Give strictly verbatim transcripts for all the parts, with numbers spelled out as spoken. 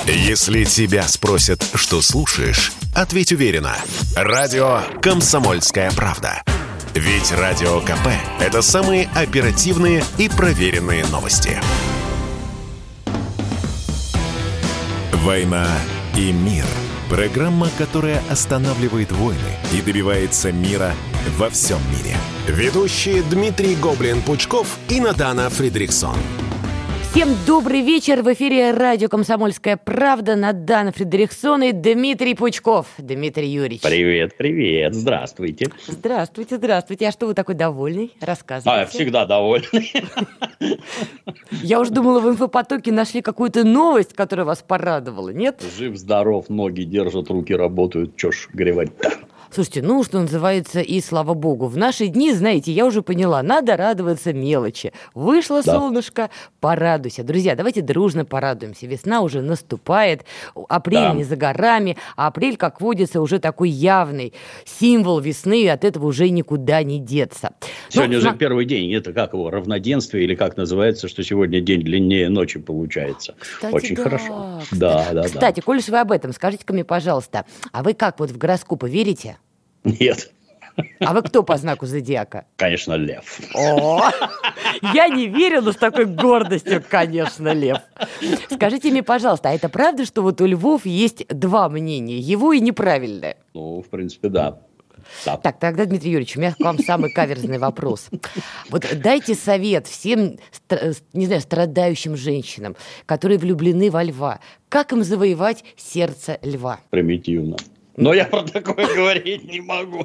Если тебя спросят, что слушаешь, ответь уверенно. Радио «Комсомольская правда». Ведь Радио КП – это самые оперативные и проверенные новости. «Война и мир». Программа, которая останавливает войны и добивается мира во всем мире. Ведущие Дмитрий Гоблин-Пучков и Надана Фридрихсон. Всем добрый вечер. В эфире радио «Комсомольская правда». Надана Фридрихсон и Дмитрий Пучков. Дмитрий Юрьевич. Привет, привет. Здравствуйте. Здравствуйте, здравствуйте. А что вы такой довольный? Рассказывайте. А, всегда довольный. Я уж думала, в инфопотоке нашли какую-то новость, которая вас порадовала, нет? Жив-здоров, ноги держат, руки работают. Чё ж горевать-то? Слушайте, ну, что называется, и слава богу. В наши дни, знаете, я уже поняла, надо радоваться мелочи. Вышло да. солнышко, порадуйся. Друзья, давайте дружно порадуемся. Весна уже наступает, апрель да. не за горами, а апрель, как водится, уже такой явный символ весны, и от этого уже никуда не деться. Сегодня ну, же на... первый день, это как его, равноденствие, или как называется, что сегодня день длиннее ночи получается. Кстати, Очень да. хорошо. Кстати, да, да, Кстати, да. коль уж вы об этом, скажите-ка мне, пожалуйста, а вы как, вот в гороскопы верите? Нет. А вы кто по знаку зодиака? Конечно, лев. О, я не верю, но с такой гордостью, конечно, лев. Скажите мне, пожалуйста, а это правда, что вот у львов есть два мнения, его и неправильное? Ну, в принципе, да. Да. Так, тогда, Дмитрий Юрьевич, у меня к вам самый каверзный вопрос. Вот дайте совет всем, не знаю, страдающим женщинам, которые влюблены во льва. Как им завоевать сердце льва? Примитивно. Но я про такое говорить не могу.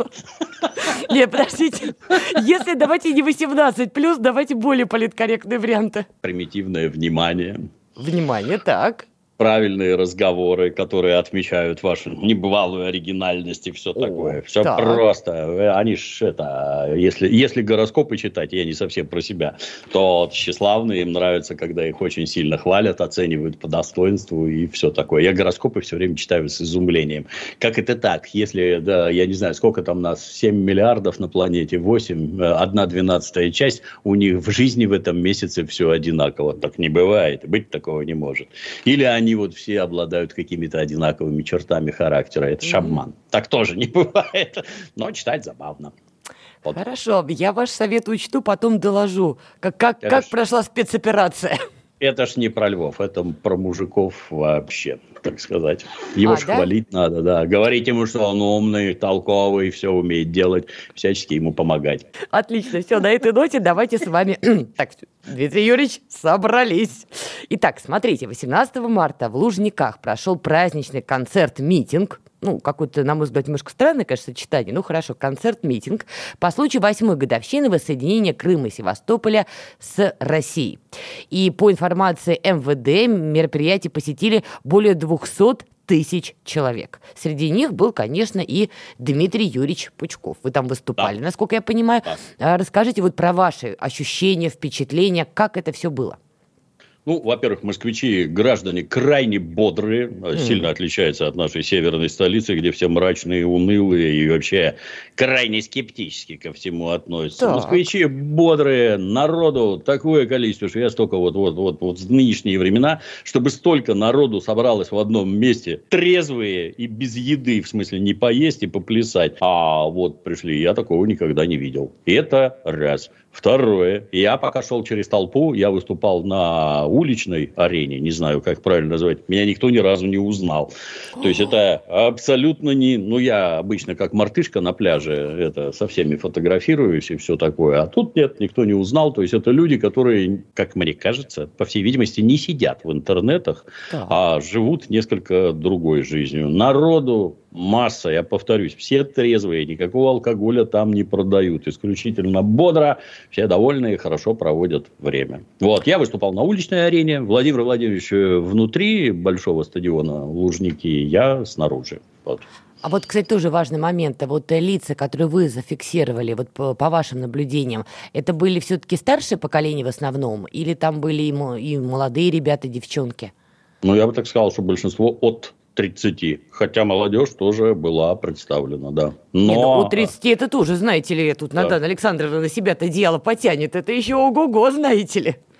Нет, подождите. Если давайте не восемнадцать плюс, давайте более политкорректные варианты. Примитивное внимание. Внимание, так. Правильные разговоры, которые отмечают вашу небывалую оригинальность и все такое. Все так. Просто. Они ж это, если, если гороскопы читать, я не совсем про себя, то тщеславные, им нравится, когда их очень сильно хвалят, оценивают по достоинству и все такое. Я гороскопы все время читаю с изумлением. Как это так? Если, да, я не знаю, сколько там нас, семь миллиардов на планете, восемь, одна двенадцатая часть, у них в жизни в этом месяце все одинаково. Так не бывает, быть такого не может. Или они Они вот все обладают какими-то одинаковыми чертами характера. Это mm-hmm. шаман. Так тоже не бывает. Но читать забавно. Вот. Хорошо, я ваш совет учту, потом доложу. Как, как, как ж... прошла спецоперация? Это ж не про львов, это про мужиков вообще, так сказать. Его а, ж да? хвалить надо, да. Говорить ему, что он умный, толковый, все умеет делать, всячески ему помогать. Отлично, все, на этой ноте давайте с вами... Так, Дмитрий Юрьевич, собрались. Итак, смотрите, восемнадцатого марта в Лужниках прошел праздничный концерт-митинг. Ну, какое-то, на мой взгляд, немножко странное, конечно, сочетание. Ну, хорошо, концерт-митинг по случаю восьмой годовщины воссоединения Крыма и Севастополя с Россией. И по информации эм вэ дэ, мероприятие посетили более двухсот тысяч человек. Среди них был, конечно, и Дмитрий Юрьевич Пучков. Вы там выступали, да. насколько я понимаю. Да. Расскажите вот про ваши ощущения, впечатления, как это все было. Ну, во-первых, москвичи граждане крайне бодрые, mm. сильно отличаются от нашей северной столицы, где все мрачные, унылые и вообще крайне скептически ко всему относятся. Так. Москвичи бодрые, народу такое количество, что я столько вот, вот, вот, вот в нынешние времена, чтобы столько народу собралось в одном месте, трезвые и без еды, в смысле не поесть и поплясать. А вот пришли, я такого никогда не видел. Это раз. Второе. Я пока шел через толпу, я выступал на уличной арене, не знаю, как правильно назвать, меня никто ни разу не узнал. То есть, это абсолютно не... Ну, я обычно как мартышка на пляже это, со всеми фотографируюсь и все такое. А тут нет, никто не узнал. То есть, это люди, которые, как мне кажется, по всей видимости, не сидят в интернетах, да. а живут несколько другой жизнью. Народу масса, я повторюсь, все трезвые, никакого алкоголя там не продают. Исключительно бодро, все довольные, хорошо проводят время. Вот, я выступал на уличной арене, Владимир Владимирович внутри большого стадиона Лужники, я снаружи. Вот. А вот, кстати, тоже важный момент. А вот лица, которые вы зафиксировали, вот по, по вашим наблюдениям, это были все-таки старшее поколение в основном? Или там были и, и молодые ребята, девчонки? Ну, я бы так сказал, что большинство от тридцати. Хотя молодежь тоже была представлена, да. Но... Не, ну, у тридцати это тоже, знаете ли, тут да. Надана Александровна на себя-то одеяло потянет. Это еще ого-го, знаете ли.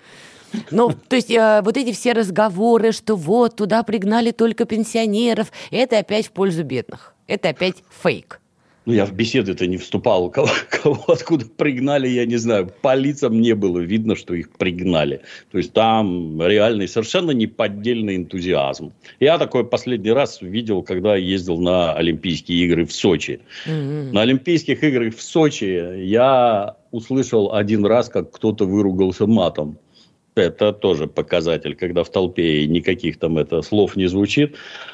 Ну, то есть э, вот эти все разговоры, что вот туда пригнали только пенсионеров, это опять в пользу бедных. Это опять фейк. Ну, я в беседы-то не вступал. Кого, кого откуда пригнали, я не знаю. По лицам не было видно, что их пригнали. То есть, там реальный, совершенно неподдельный энтузиазм. Я такой последний раз видел, когда ездил на Олимпийские игры в Сочи. Mm-hmm. На Олимпийских играх в Сочи я услышал один раз, как кто-то выругался матом. Это тоже показатель, когда в толпе никаких там это, слов не звучит.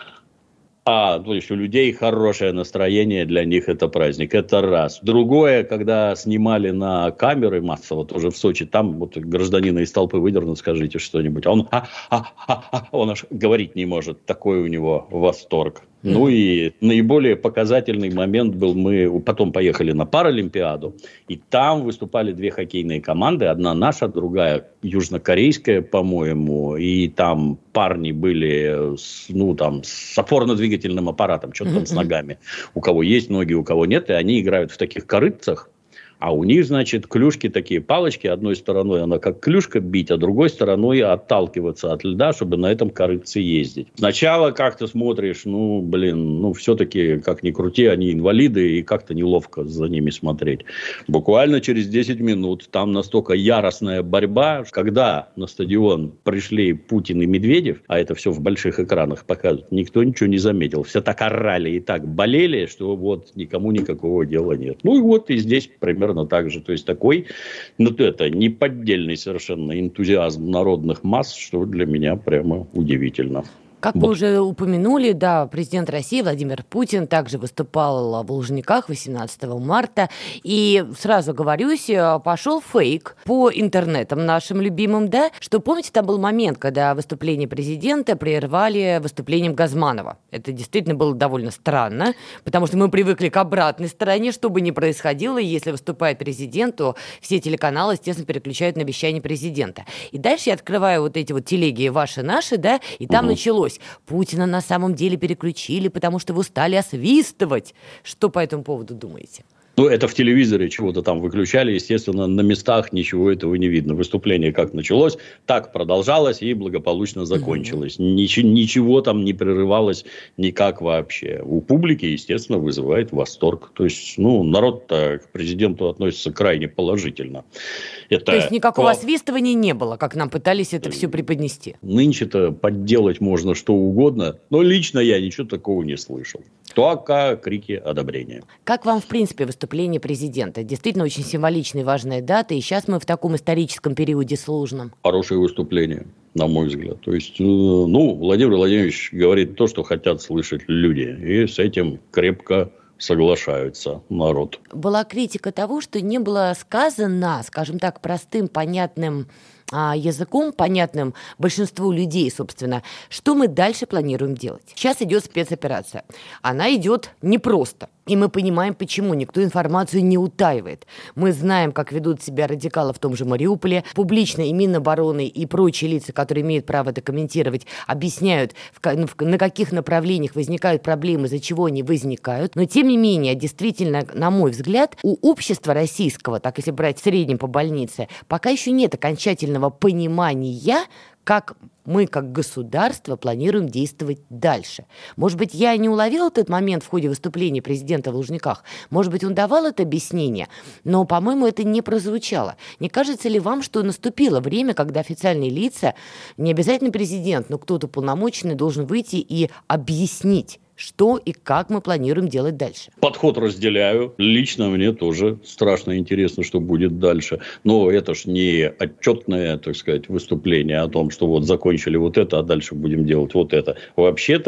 А, то есть у людей хорошее настроение, для них это праздник. Это раз. Другое, когда снимали на камеры массово, тоже в Сочи, там вот гражданина из толпы выдернут, скажите что-нибудь. А он, а, а, а, а, он аж говорить не может. Такой у него восторг. Mm-hmm. Ну и наиболее показательный момент был, мы потом поехали на Паралимпиаду, и там выступали две хоккейные команды. Одна наша, другая южнокорейская, по-моему. И там парни были с, ну, там, с опорно-двигательным аппаратом, что-то mm-hmm. там с ногами. У кого есть ноги, у кого нет. И они играют в таких корытцах. А у них, значит, клюшки такие, палочки. Одной стороной она как клюшка бить, а другой стороной отталкиваться от льда, чтобы на этом корытце ездить. Сначала как-то смотришь, ну, блин, ну, все-таки, как ни крути, они инвалиды, и как-то неловко за ними смотреть. Буквально через десять минут там настолько яростная борьба, когда на стадион пришли Путин и Медведев, а это все в больших экранах показывают, никто ничего не заметил. Все так орали и так болели, что вот никому никакого дела нет. Ну, и вот и здесь примерно так же. То есть, такой, ну, это неподдельный совершенно энтузиазм народных масс, что для меня прямо удивительно. Как вот. Вы уже упомянули, да, президент России Владимир Путин также выступал в Лужниках восемнадцатого марта. И сразу говорюсь, пошел фейк по интернетам нашим любимым, да, что, помните, там был момент, когда выступление президента прервали выступлением Газманова. Это действительно было довольно странно, потому что мы привыкли к обратной стороне, что бы ни происходило, если выступает президент, то все телеканалы, естественно, переключают на вещание президента. И дальше я открываю вот эти вот телеги ваши-наши, да, и там угу. началось. Путина на самом деле переключили, потому что вы стали освистывать. Что по этому поводу думаете? Ну, это в телевизоре чего-то там выключали. Естественно, на местах ничего этого не видно. Выступление как началось, так продолжалось и благополучно закончилось. Mm-hmm. Ничего, ничего там не прерывалось никак вообще. У публики, естественно, вызывает восторг. То есть, ну, народ-то к президенту относится крайне положительно. Это... То есть, никакого освистывания не было, как нам пытались это все преподнести? Нынче-то подделать можно что угодно, но лично я ничего такого не слышал. Только крики одобрения. Как вам, в принципе, выступление президента? Действительно, очень символичная и важная дата, и сейчас мы в таком историческом периоде сложном. Хорошее выступление, на мой взгляд. То есть, ну, Владимир Владимирович говорит то, что хотят слышать люди, и с этим крепко соглашаются народ. Была критика того, что не было сказано, скажем так, простым, понятным языком, понятным большинству людей, собственно, что мы дальше планируем делать. Сейчас идет спецоперация. Она идет непросто. И мы понимаем, почему. Никто информацию не утаивает. Мы знаем, как ведут себя радикалы в том же Мариуполе. Публично и Минобороны, и прочие лица, которые имеют право это комментировать, объясняют, на каких направлениях возникают проблемы, из-за чего они возникают. Но, тем не менее, действительно, на мой взгляд, у общества российского, так если брать в среднем по больнице, пока еще нет окончательного понимания, как мы, как государство, планируем действовать дальше. Может быть, я не уловила этот момент в ходе выступления президента в Лужниках. Может быть, он давал это объяснение, но, по-моему, это не прозвучало. Не кажется ли вам, что наступило время, когда официальные лица, не обязательно президент, но кто-то полномоченный должен выйти и объяснить, что и как мы планируем делать дальше? Подход разделяю. Лично мне тоже страшно интересно, что будет дальше. Но это ж не отчетное, так сказать, выступление о том, что вот закончили вот это, а дальше будем делать вот это. Вообще-то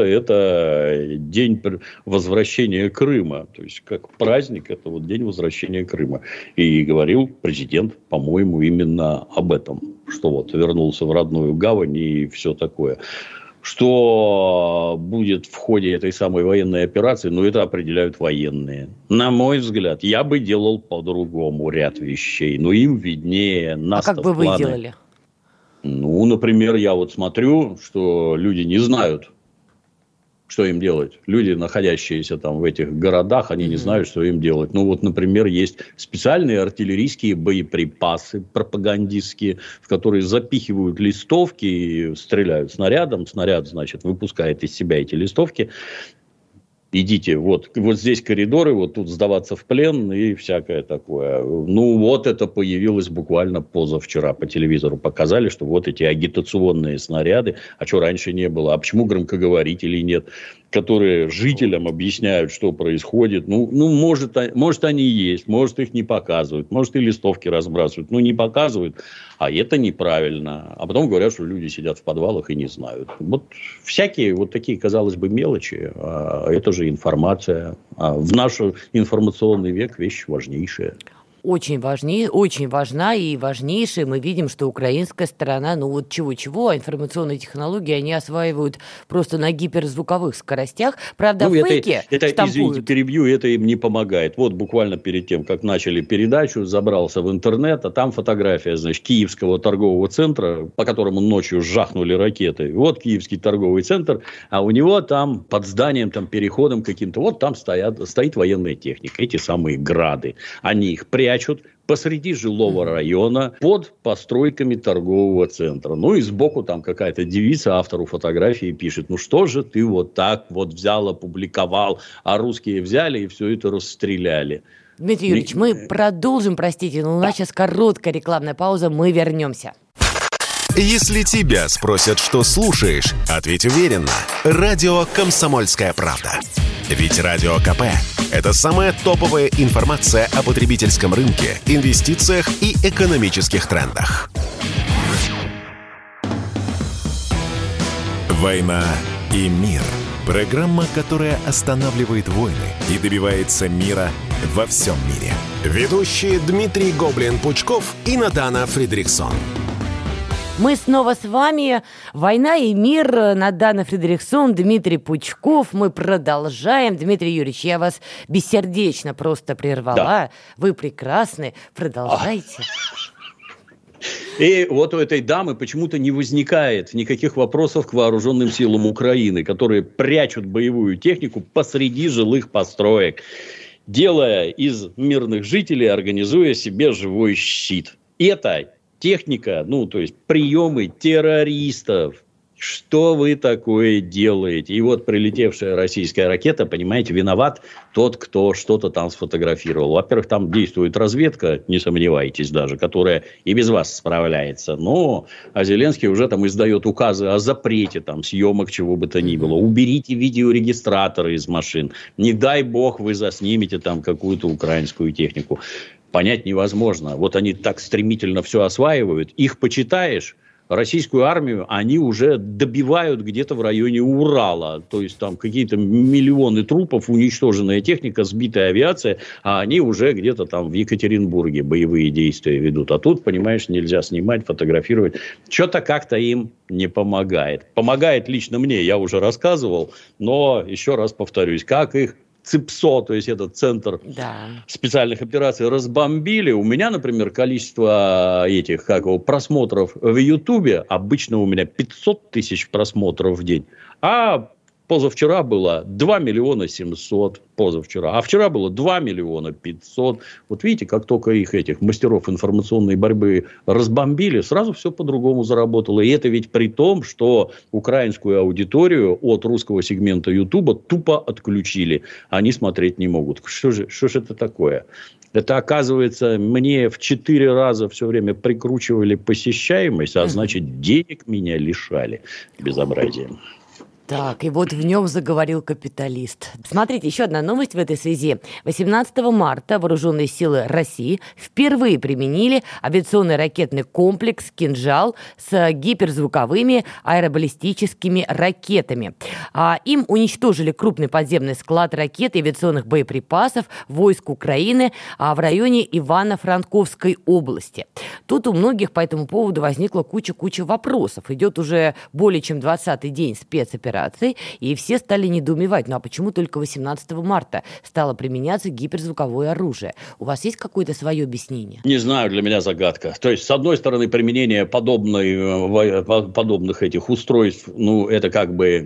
это день возвращения Крыма. То есть, как праздник, это вот день возвращения Крыма. И говорил президент, по-моему, именно об этом. Что вот вернулся в родную гавань и все такое. Что будет в ходе этой самой военной операции, ну, это определяют военные. На мой взгляд, я бы делал по-другому ряд вещей. Но им виднее. А как бы вы делали? Ну, например, я вот смотрю, что люди не знают, Что им делать? Люди, находящиеся там в этих городах, они mm-hmm. не знают, что им делать. Ну, вот, например, есть специальные артиллерийские боеприпасы пропагандистские, в которые запихивают листовки и стреляют снарядом. Снаряд, значит, выпускает из себя эти листовки. Идите, вот, вот здесь коридоры, вот тут сдаваться в плен и всякое такое. Ну, вот это появилось буквально позавчера по телевизору. Показали, что вот эти агитационные снаряды, а что раньше не было, а почему громкоговорителей нет, которые жителям объясняют, что происходит. Ну, ну может, может, они есть, может, их не показывают, может, и листовки разбрасывают. Ну, не показывают, а это неправильно. А потом говорят, что люди сидят в подвалах и не знают. Вот всякие вот такие, казалось бы, мелочи, а это же информация. А в наш информационный век вещь важнейшая. Очень важнее, очень важна и важнейшая. Мы видим, что украинская сторона, ну вот чего-чего, а информационные технологии они осваивают просто на гиперзвуковых скоростях. Правда, ну, фейки это, это извините, перебью, это им не помогает. Вот буквально перед тем, как начали передачу, забрался в интернет, а там фотография, значит, Киевского торгового центра, по которому ночью жахнули ракеты. Вот Киевский торговый центр, а у него там под зданием, там переходом каким-то, вот там стоят, стоит военная техника, эти самые грады. Они их прячут посреди жилого района под постройками торгового центра. Ну и сбоку там какая-то девица автору фотографии пишет: ну что же ты вот так вот взял, опубликовал, а русские взяли и все это расстреляли. Дмитрий Юрьевич, мы продолжим, простите, но у нас сейчас короткая рекламная пауза, мы вернемся. Если тебя спросят, что слушаешь, ответь уверенно. Радио «Комсомольская правда». Ведь Радио КП – это самая топовая информация о потребительском рынке, инвестициях и экономических трендах. «Война и мир» – программа, которая останавливает войны и добивается мира во всем мире. Ведущие Дмитрий Гоблин-Пучков и Надана Фридрихсон. Мы снова с вами. «Война и мир», Надана Фридрихсон, Дмитрий Пучков. Мы продолжаем. Дмитрий Юрьевич, я вас бессердечно просто прервала. Да. Вы прекрасны. Продолжайте. И вот у этой дамы почему-то не возникает никаких вопросов к вооруженным силам Украины, которые прячут боевую технику посреди жилых построек, делая из мирных жителей, организуя себе живой щит. Это техника, ну, то есть приемы террористов. Что вы такое делаете? И вот прилетевшая российская ракета, понимаете, виноват тот, кто что-то там сфотографировал. Во-первых, там действует разведка, не сомневайтесь даже, которая и без вас справляется. Но а Зеленский уже там издает указы о запрете там съемок чего бы то ни было. Уберите видеорегистраторы из машин. Не дай бог вы заснимете там какую-то украинскую технику. Понять невозможно. Вот они так стремительно все осваивают. Их почитаешь, российскую армию они уже добивают где-то в районе Урала. То есть там какие-то миллионы трупов, уничтоженная техника, сбитая авиация, а они уже где-то там в Екатеринбурге боевые действия ведут. А тут, понимаешь, нельзя снимать, фотографировать. Что-то как-то им не помогает. Помогает лично мне, я уже рассказывал, но еще раз повторюсь, как их ЦИПСО, то есть этот центр да. специальных операций, разбомбили. У меня, например, количество этих как его, просмотров в Ютубе, обычно у меня пятьсот тысяч просмотров в день, а позавчера было два миллиона семьсот, позавчера, а вчера было два миллиона пятьсот. Вот видите, как только их, этих мастеров информационной борьбы разбомбили, сразу все по-другому заработало. И это ведь при том, что украинскую аудиторию от русского сегмента Ютуба тупо отключили. Они смотреть не могут. Что же, что же это такое? Это, оказывается, мне в четыре раза все время прикручивали посещаемость, а значит, денег меня лишали. Безобразие. Так, и вот в нем заговорил капиталист. Смотрите, еще одна новость в этой связи. восемнадцатого марта вооруженные силы России впервые применили авиационный ракетный комплекс «Кинжал» с гиперзвуковыми аэробаллистическими ракетами. А им уничтожили крупный подземный склад ракет и авиационных боеприпасов войск Украины в районе Ивано-Франковской области. Тут у многих по этому поводу возникла куча-куча вопросов. Идет уже более чем двадцатый день спецоперации. И все стали недоумевать, ну а почему только восемнадцатого марта стало применяться гиперзвуковое оружие? У вас есть какое-то свое объяснение? Не знаю, для меня загадка. То есть, с одной стороны, применение подобной, подобных этих устройств, ну, это как бы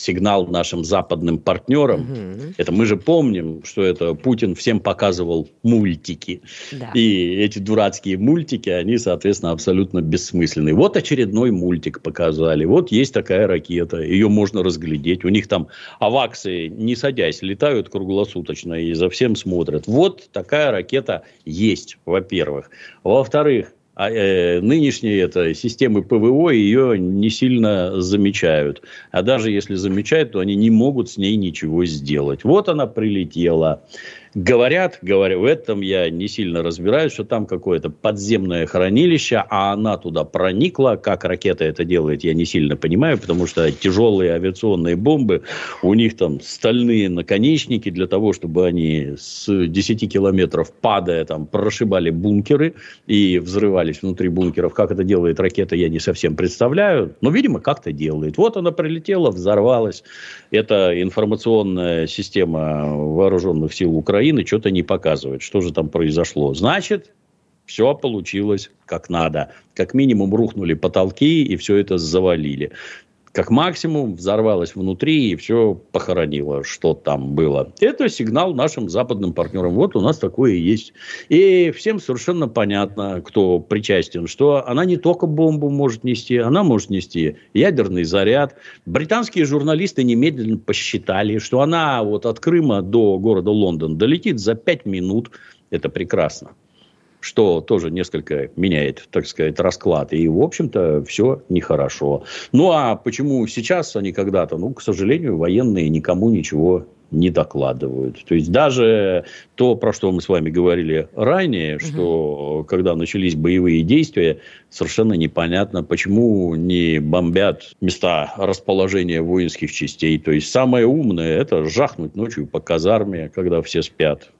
сигнал нашим западным партнерам. Угу. Это мы же помним, что это Путин всем показывал мультики. Да. И эти дурацкие мультики, они, соответственно, абсолютно бессмысленные. Вот очередной мультик показали. Вот есть такая ракета. Ее можно разглядеть. У них там аваксы, не садясь, летают круглосуточно и за всем смотрят. Вот такая ракета есть, во-первых. Во-вторых, А, э, нынешние это, системы ПВО ее не сильно замечают. А даже если замечают, то они не могут с ней ничего сделать. Вот она прилетела. Говорят, говорят, в этом я не сильно разбираюсь, что там какое-то подземное хранилище, а она туда проникла. Как ракета это делает, я не сильно понимаю, потому что тяжелые авиационные бомбы, у них там стальные наконечники для того, чтобы они с десяти километров, падая, там, прошибали бункеры и взрывались внутри бункеров. Как это делает ракета, я не совсем представляю, но, видимо, как-то делает. Вот она прилетела, взорвалась. Это информационная система вооруженных сил Украины что-то не показывает. Что же там произошло? Значит, все получилось как надо. Как минимум рухнули потолки и все это завалили. Как максимум взорвалось внутри и все похоронило, что там было. Это сигнал нашим западным партнерам. Вот у нас такое есть. И всем совершенно понятно, кто причастен, что она не только бомбу может нести, она может нести ядерный заряд. Британские журналисты немедленно посчитали, что она вот от Крыма до города Лондон долетит за пять минут. Это прекрасно. Что тоже несколько меняет, так сказать, расклад. И, в общем-то, все нехорошо. Ну, а почему сейчас, а не когда-то? Ну, к сожалению, военные никому ничего не докладывают. То есть, даже то, про что мы с вами говорили ранее, угу. что когда начались боевые действия, совершенно непонятно, почему не бомбят места расположения воинских частей. То есть, самое умное – это жахнуть ночью по казарме, когда все спят.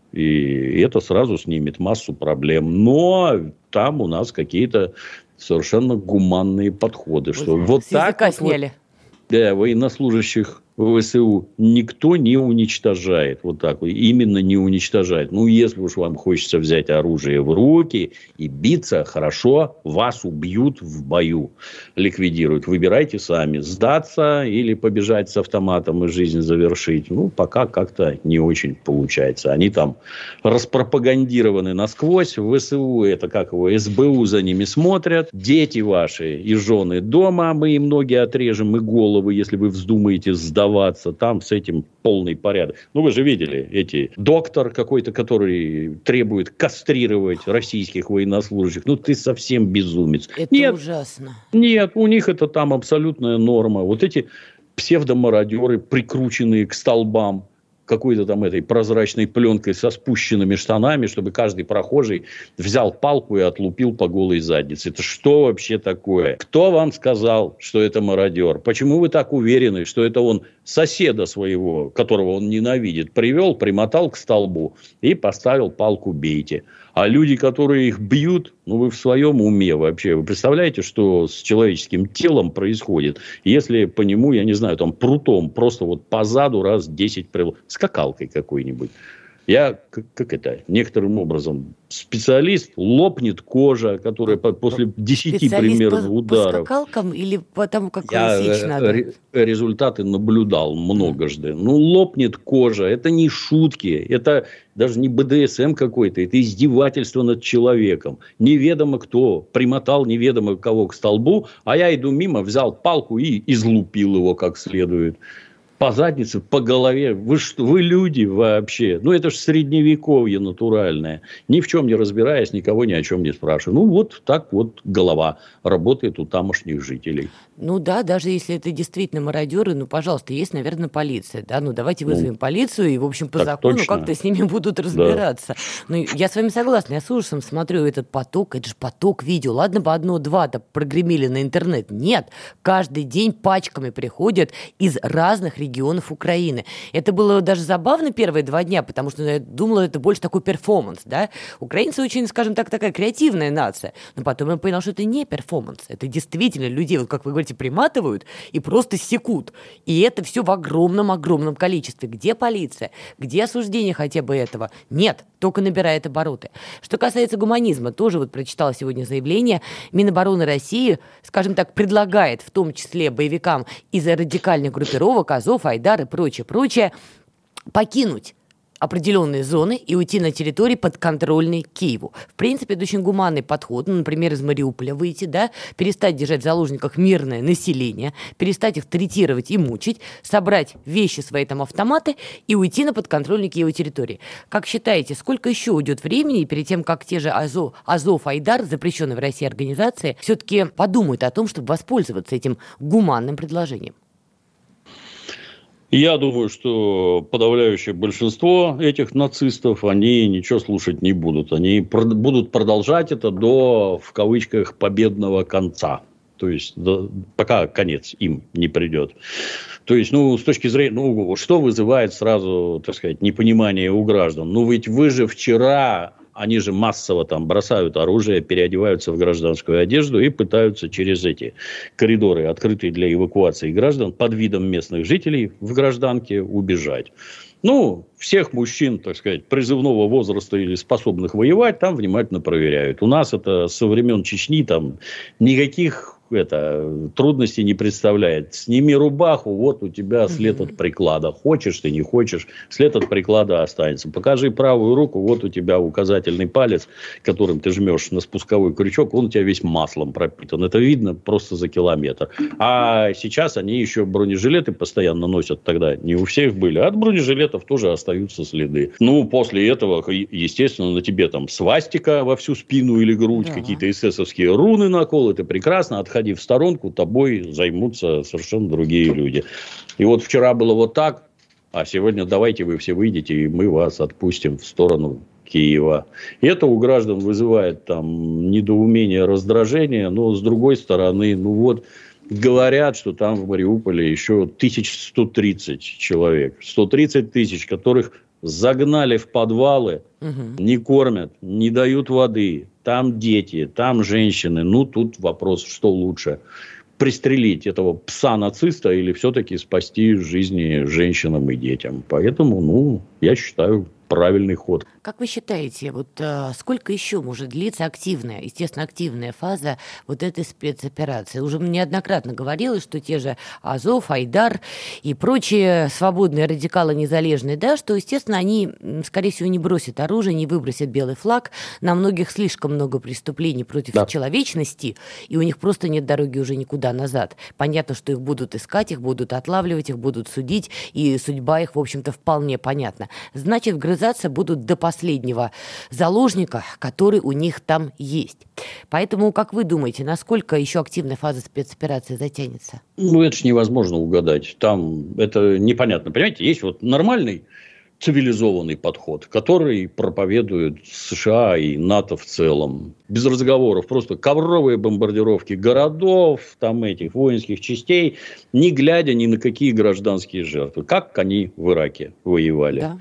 И это сразу снимет массу проблем. Но там у нас какие-то совершенно гуманные подходы. Что вот с так языка вот, сняли. Да, военнослужащих ВСУ никто не уничтожает. Вот так вот. Именно не уничтожает. Ну, если уж вам хочется взять оружие в руки и биться, хорошо, вас убьют в бою. Ликвидируют. Выбирайте сами. Сдаться или побежать с автоматом и жизнь завершить. Ну, пока как-то не очень получается. Они там распропагандированы насквозь. ВСУ, это как его, СБУ за ними смотрят. Дети ваши и жены дома. Мы им ноги отрежем и головы, если вы вздумаете сдаваться. Там с этим полный порядок. Ну, вы же видели эти... Доктор какой-то, который требует кастрировать российских военнослужащих. Ну, ты совсем безумец. Это нет, ужасно. Нет, у них это там абсолютная норма. Вот эти псевдомародеры, прикрученные к столбам какой-то там этой прозрачной пленкой со спущенными штанами, чтобы каждый прохожий взял палку и отлупил по голой заднице. Это что вообще такое? Кто вам сказал, что это мародер? Почему вы так уверены, что это он соседа своего, которого он ненавидит, привел, примотал к столбу и поставил палку «бейте»? А люди, которые их бьют, ну, вы в своем уме вообще. Вы представляете, что с человеческим телом происходит, если по нему, я не знаю, там прутом просто вот по заду раз десять привел, скакалкой какой-нибудь. Я, как, как это, некоторым образом специалист, лопнет кожа, которая по, после десяти примерно по, ударов. По скакалкам или по тому, как Я сечь надо? Ре- результаты наблюдал многожды. Ну, лопнет кожа. Это не шутки. Это даже не бэ дэ эс эм какой-то. Это издевательство над человеком. Неведомо кто примотал неведомо кого к столбу, а я иду мимо, взял палку и излупил его как следует. По заднице, по голове. Вы что, вы люди вообще. Ну, это же средневековье натуральное. Ни в чем не разбираясь, никого ни о чем не спрашиваю. Ну, вот так вот голова работает у тамошних жителей. Ну да, даже если это действительно мародеры, ну, пожалуйста, есть, наверное, полиция. Да? Ну, давайте вызовем ну, полицию, и, в общем, по закону точно. Как-то с ними будут разбираться. Да. Ну, я с вами согласна. Я с ужасом смотрю этот поток. Это же поток видео. Ладно бы одно-два-то прогремели на интернет. Нет. Каждый день пачками приходят из разных регионов регионов Украины. Это было даже забавно первые два дня, потому что я думала, это больше такой перформанс, да. Украинцы очень, скажем так, такая креативная нация. Но потом я поняла, что это не перформанс. Это действительно людей, вот как вы говорите, приматывают и просто секут. И это все в огромном-огромном количестве. Где полиция? Где осуждение хотя бы этого? Нет, только набирает обороты. Что касается гуманизма, тоже вот прочитала сегодня заявление. Минобороны России, скажем так, предлагает в том числе боевикам из радикальных группировок Азов, Айдар и прочее, прочее покинуть определенные зоны и уйти на территории подконтрольной Киеву. В принципе, это очень гуманный подход. Ну, например, из Мариуполя выйти, да, перестать держать в заложниках мирное население, перестать их третировать и мучить, собрать вещи свои, там, автоматы и уйти на подконтрольной Киеву территории. Как считаете, сколько еще уйдет времени перед тем, как те же Азов, Азов Айдар, запрещенные в России организации, все-таки подумают о том, чтобы воспользоваться этим гуманным предложением? Я думаю, что подавляющее большинство этих нацистов, они ничего слушать не будут. Они про- будут продолжать это до, в кавычках, победного конца. То есть, до, пока конец им не придет. То есть, ну, с точки зрения, ну, что вызывает сразу, так сказать, непонимание у граждан? Ну, ведь вы же вчера... Они же массово там бросают оружие, переодеваются в гражданскую одежду и пытаются через эти коридоры, открытые для эвакуации граждан, под видом местных жителей в гражданке убежать. Ну, всех мужчин, так сказать, призывного возраста или способных воевать, там внимательно проверяют. У нас это со времен Чечни там никаких это, трудностей не представляет. Сними рубаху, вот у тебя след от приклада. Хочешь ты, не хочешь, след от приклада останется. Покажи правую руку, вот у тебя указательный палец, которым ты жмешь на спусковой крючок, он у тебя весь маслом пропитан. Это видно просто за километр. А сейчас они еще бронежилеты постоянно носят, тогда не у всех были. А от бронежилетов тоже остаются следы. Ну, после этого, естественно, на тебе там свастика во всю спину или грудь, да. Какие-то эсэсовские руны наколоты, прекрасно, отходи в сторонку, тобой займутся совершенно другие люди. И вот вчера было вот так, а сегодня давайте вы все выйдете, и мы вас отпустим в сторону Киева. И это у граждан вызывает там недоумение, раздражение, но с другой стороны, ну вот, говорят, что там в Мариуполе еще тысяча сто тридцать человек. сто тридцать тысяч, которых загнали в подвалы, угу. Не кормят, не дают воды. Там дети, там женщины. Ну, тут вопрос, что лучше. Пристрелить этого пса-нациста или все-таки спасти жизни женщинам и детям. Поэтому, ну, я считаю, правильный ход. Как вы считаете, вот а, сколько еще может длиться активная, естественно, активная фаза вот этой спецоперации? Уже неоднократно говорилось, что те же Азов, Айдар и прочие свободные радикалы незалежные, да, что, естественно, они, скорее всего, не бросят оружие, не выбросят белый флаг. На многих слишком много преступлений против да. человечности, и у них просто нет дороги уже никуда назад. Понятно, что их будут искать, их будут отлавливать, их будут судить, и судьба их, в общем-то, вполне понятна. Значит, вгрызаться будут до последнего заложника, который у них там есть. Поэтому, как вы думаете, насколько еще активная фаза спецоперации затянется? Ну, это же невозможно угадать. Там это непонятно. Понимаете, есть вот нормальный цивилизованный подход, который проповедуют США и НАТО в целом. Без разговоров. Просто ковровые бомбардировки городов, там этих воинских частей, не глядя ни на какие гражданские жертвы. Как они в Ираке воевали. Да.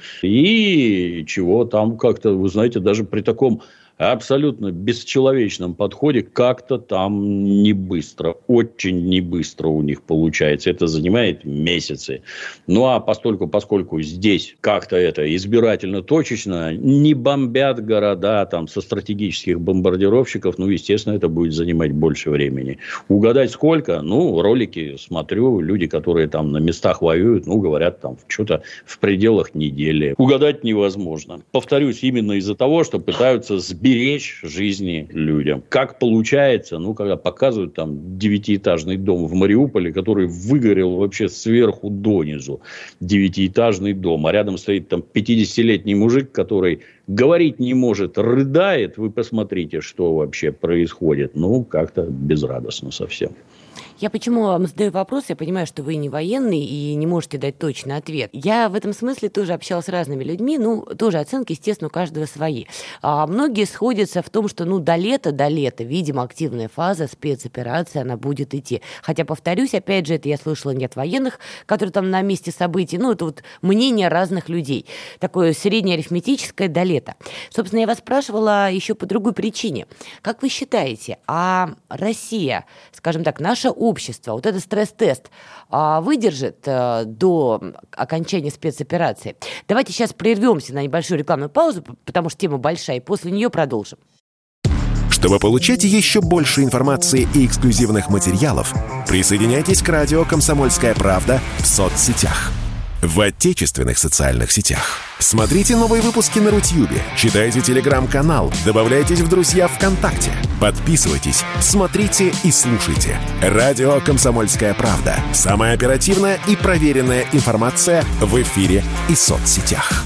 И чего там как-то, вы знаете, даже при таком абсолютно бесчеловечном подходе как-то там не быстро, очень не быстро у них получается. Это занимает месяцы. Ну, а постольку, поскольку здесь как-то это избирательно, точечно, не бомбят города там со стратегических бомбардировщиков, ну, естественно, это будет занимать больше времени. Угадать сколько? Ну, ролики смотрю, люди, которые там на местах воюют, ну, говорят там что-то в пределах недели. Угадать невозможно. Повторюсь, именно из-за того, что пытаются сбить беречь жизни людям. Как получается, ну, когда показывают там девятиэтажный дом в Мариуполе, который выгорел вообще сверху донизу. Девятиэтажный дом. А рядом стоит там пятидесятилетний мужик, который говорить не может, рыдает. Вы посмотрите, что вообще происходит. Ну, как-то безрадостно совсем. Я почему вам задаю вопрос? Я понимаю, что вы не военный и не можете дать точный ответ. Я в этом смысле тоже общалась с разными людьми, ну, тоже оценки, естественно, у каждого свои. А многие сходятся в том, что, ну, до лета, до лета, видимо, активная фаза спецоперации, она будет идти. Хотя, повторюсь, опять же, это я слышала не от военных, которые там на месте событий, ну, это вот мнение разных людей. Такое среднеарифметическое до лета. Собственно, я вас спрашивала еще по другой причине. Как вы считаете, а Россия, скажем так, наша общество, вот этот стресс-тест а, выдержит а, до окончания спецоперации? Давайте сейчас прервемся на небольшую рекламную паузу, потому что тема большая, и после нее продолжим. Чтобы получать еще больше информации и эксклюзивных материалов, присоединяйтесь к радио «Комсомольская правда» в соцсетях. В отечественных социальных сетях. Смотрите новые выпуски на Рутьюбе, читайте телеграм-канал, добавляйтесь в друзья ВКонтакте, подписывайтесь, смотрите и слушайте. Радио «Комсомольская правда». Самая оперативная и проверенная информация в эфире и соцсетях.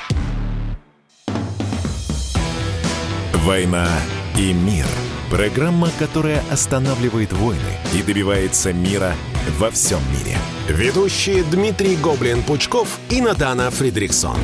«Война и мир». Программа, которая останавливает войны и добивается мира во всем мире. Ведущие Дмитрий Гоблин-Пучков и Надана Фридрихсон.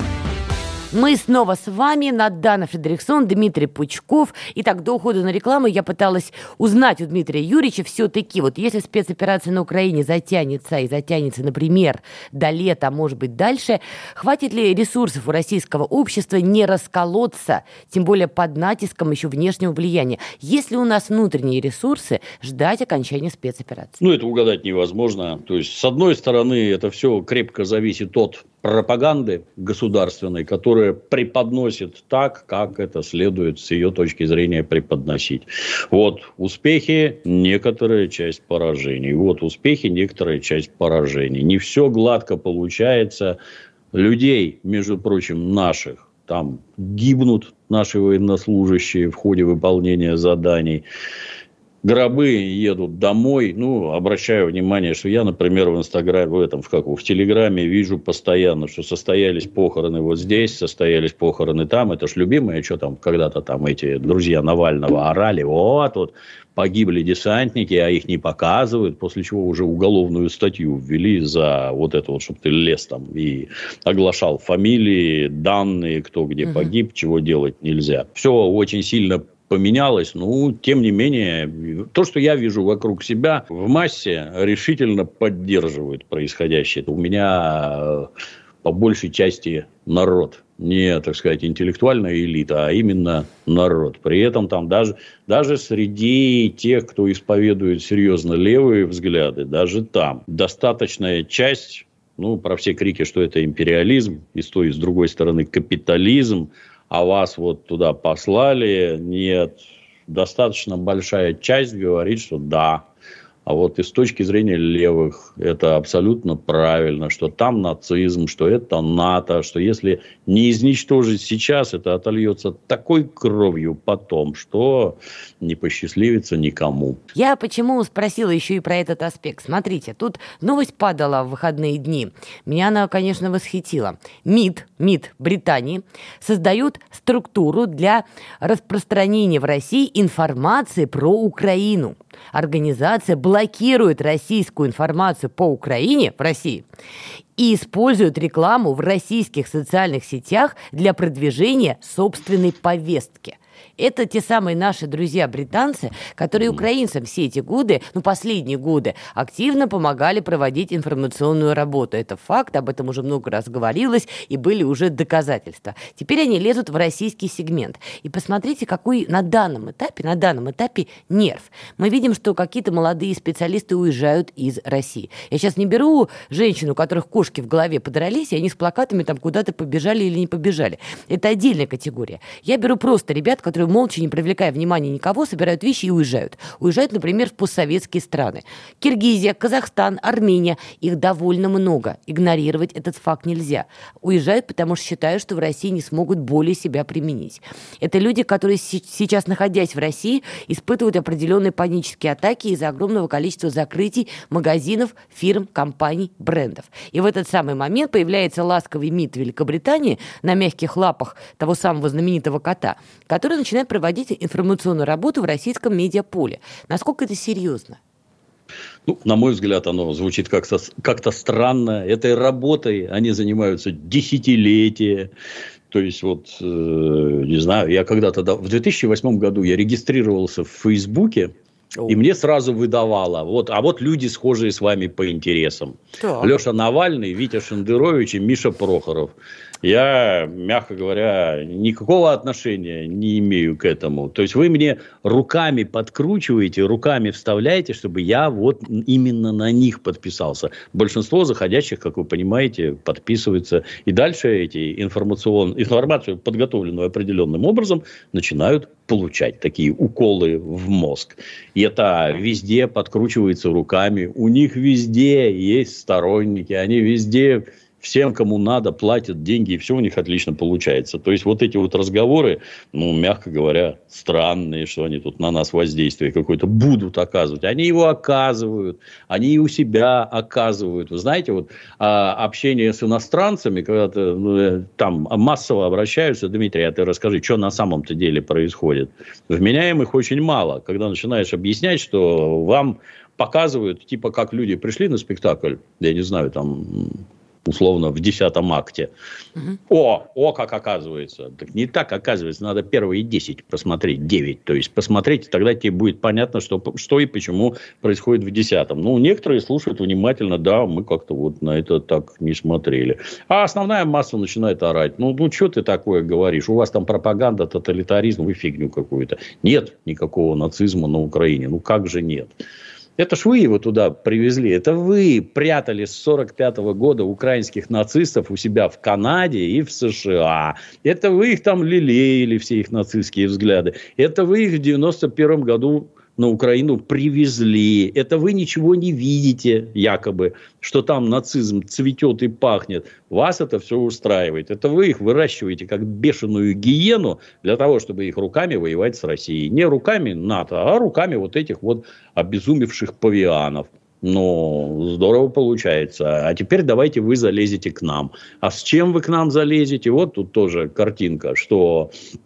Мы снова с вами, Надана Фридрихсон, Дмитрий Пучков. Итак, до ухода на рекламу я пыталась узнать у Дмитрия Юрьевича все-таки, вот если спецоперация на Украине затянется и затянется, например, до лета, а может быть дальше, хватит ли ресурсов у российского общества не расколоться, тем более под натиском еще внешнего влияния? Есть ли у нас внутренние ресурсы ждать окончания спецоперации? Ну, это угадать невозможно. То есть, с одной стороны, это все крепко зависит от пропаганды государственной, которая преподносит так, как это следует с ее точки зрения преподносить. Вот успехи, некоторая часть поражений. Вот успехи, некоторая часть поражений. Не все гладко получается. Людей, между прочим, наших, там гибнут наши военнослужащие в ходе выполнения заданий. Гробы едут домой. Ну, обращаю внимание, что я, например, в Инстаграме, в этом, в, как, в Телеграме вижу постоянно, что состоялись похороны вот здесь, состоялись похороны там. Это ж любимое, что там когда-то там эти друзья Навального орали. Вот, вот погибли десантники, а их не показывают. После чего уже уголовную статью ввели за вот это вот, чтобы ты лез там и оглашал фамилии, данные, кто где угу. погиб, чего делать нельзя. Все очень сильно поменялось, но, тем не менее, то, что я вижу вокруг себя, в массе решительно поддерживают происходящее. У меня по большей части народ. Не, так сказать, интеллектуальная элита, а именно народ. При этом там даже, даже среди тех, кто исповедует серьезно левые взгляды, даже там достаточная часть, ну, про все крики, что это империализм, и с той, и с другой стороны капитализм, а вас вот туда послали, нет, достаточно большая часть говорит, что да. А вот и с точки зрения левых это абсолютно правильно, что там нацизм, что это НАТО, что если не изничтожить сейчас, это отольется такой кровью потом, что не посчастливится никому. Я почему спросила еще и про этот аспект? Смотрите, тут новость падала в выходные дни. Меня она, конечно, восхитила. МИД, МИД Британии создает структуру для распространения в России информации про Украину. Организация блокирует российскую информацию по Украине в России и использует рекламу в российских социальных сетях для продвижения собственной повестки. Это те самые наши друзья-британцы, которые украинцам все эти годы, ну, последние годы, активно помогали проводить информационную работу. Это факт, об этом уже много раз говорилось, и были уже доказательства. Теперь они лезут в российский сегмент. И посмотрите, какой на данном этапе, на данном этапе нерв. Мы видим, что какие-то молодые специалисты уезжают из России. Я сейчас не беру женщин, у которых кошки в голове подрались, и они с плакатами там куда-то побежали или не побежали. Это отдельная категория. Я беру просто ребят, которые молча, не привлекая внимания никого, собирают вещи и уезжают. Уезжают, например, в постсоветские страны. Киргизия, Казахстан, Армения. Их довольно много. Игнорировать этот факт нельзя. Уезжают, потому что считают, что в России не смогут более себя применить. Это люди, которые сейчас, находясь в России, испытывают определенные панические атаки из-за огромного количества закрытий магазинов, фирм, компаний, брендов. И в этот самый момент появляется ласковый МИД Великобритании на мягких лапах того самого знаменитого кота, который начинает проводить информационную работу в российском медиаполе. Насколько это серьезно? Ну, на мой взгляд, оно звучит как-то, как-то странно. Этой работой они занимаются десятилетия. То есть, вот, э, не знаю, я когда-то... В две тысячи восьмом году я регистрировался в Фейсбуке, О. и мне сразу выдавало. Вот, а вот люди, схожие с вами по интересам. Так. Леша Навальный, Витя Шендерович и Миша Прохоров. Я, мягко говоря, никакого отношения не имею к этому. То есть, вы мне руками подкручиваете, руками вставляете, чтобы я вот именно на них подписался. Большинство заходящих, как вы понимаете, подписываются. И дальше эти информацион... информацию, подготовленную определенным образом, начинают получать такие уколы в мозг. И это везде подкручивается руками. У них везде есть сторонники. Они везде... Всем, кому надо, платят деньги, и все у них отлично получается. То есть, вот эти вот разговоры, ну, мягко говоря, странные, что они тут на нас воздействие какое-то будут оказывать. Они его оказывают, они и у себя оказывают. Вы знаете, вот общение с иностранцами, когда ну, там массово обращаются, Дмитрий, а ты расскажи, что на самом-то деле происходит. Вменяемых очень мало, когда начинаешь объяснять, что вам показывают, типа, как люди пришли на спектакль, я не знаю, там... условно, в десятом акте. Угу. О, о, как оказывается. Так не так оказывается. Надо первые десять посмотреть, девять. То есть, посмотреть, тогда тебе будет понятно, что, что и почему происходит в десятом. Ну, некоторые слушают внимательно. Да, мы как-то вот на это так не смотрели. А основная масса начинает орать. Ну, ну что ты такое говоришь? У вас там пропаганда, тоталитаризм, вы фигню какую-то. Нет никакого нацизма на Украине. Ну, как же нет? Это ж вы его туда привезли. Это вы прятали с сорок пятого года украинских нацистов у себя в Канаде и в США. Это вы их там лелеяли, все их нацистские взгляды. Это вы их в девяносто первом году на Украину привезли. Это вы ничего не видите, якобы, что там нацизм цветет и пахнет. Вас это все устраивает. Это вы их выращиваете как бешеную гиену для того, чтобы их руками воевать с Россией. Не руками НАТО, а руками вот этих вот обезумевших павианов. Ну, здорово получается. А теперь давайте вы залезете к нам. А с чем вы к нам залезете? Вот тут тоже картинка, что...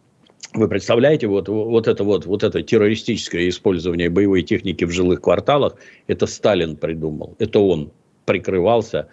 Вы представляете, вот, вот, это вот, вот это террористическое использование боевой техники в жилых кварталах, это Сталин придумал. Это он прикрывался